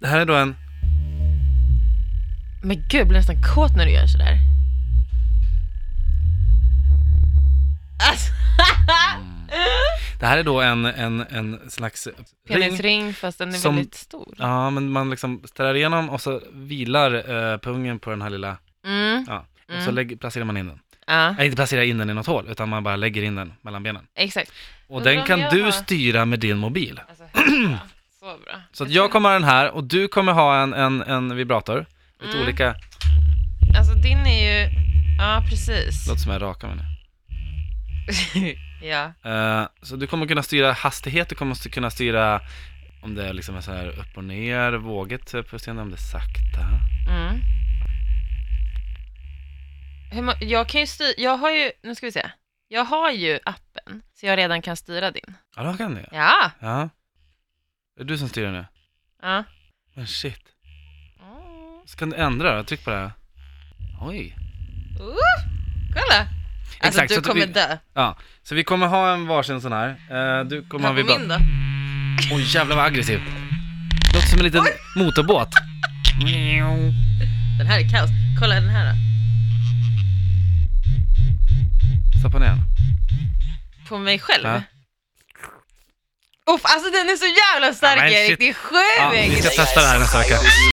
Det här är då en... Men gud, jag blir nästan kåt när du gör sådär. Alltså. Det här är då en slags penisring, fast den är som, väldigt stor. Ja, men man liksom ställer igenom och så vilar pungen på den här lilla... Ja, och så placerar man in den. Inte placera in den i något hål, utan man bara lägger in den mellan benen. Exakt. Och den kan du styra med din mobil. Alltså, så bra. Så att jag kommer ha den här och du kommer ha en vibrator. Lite olika... Alltså din är ju... Ja, precis. Låter som jag rakar med nu. Ja. Så du kommer kunna styra hastighet, du kommer kunna styra om det är liksom så här upp och ner, våget på scenen, om det är sakta. Jag kan ju jag har ju, nu ska vi se. Jag har ju appen, så jag redan kan styra din. Ja, då kan det. Ja. Ja. Det är du som styr nu. Ja. Men shit. Ska du ändra då? Tryck på det här. Oj. Kolla. Alltså exakt, du kommer dö. Ja, så vi kommer ha en varsin sån här. Du kommer ha min då. Oj, jävlar vad aggressiv. Låter som en liten motorbåt. Den här är kaos. Kolla den här då. Stoppa ner den. På mig själv? Ja. Alltså den är så jävla stark, Erik. Det är sjukt. Ja, vi ska testa det här nästa vecka.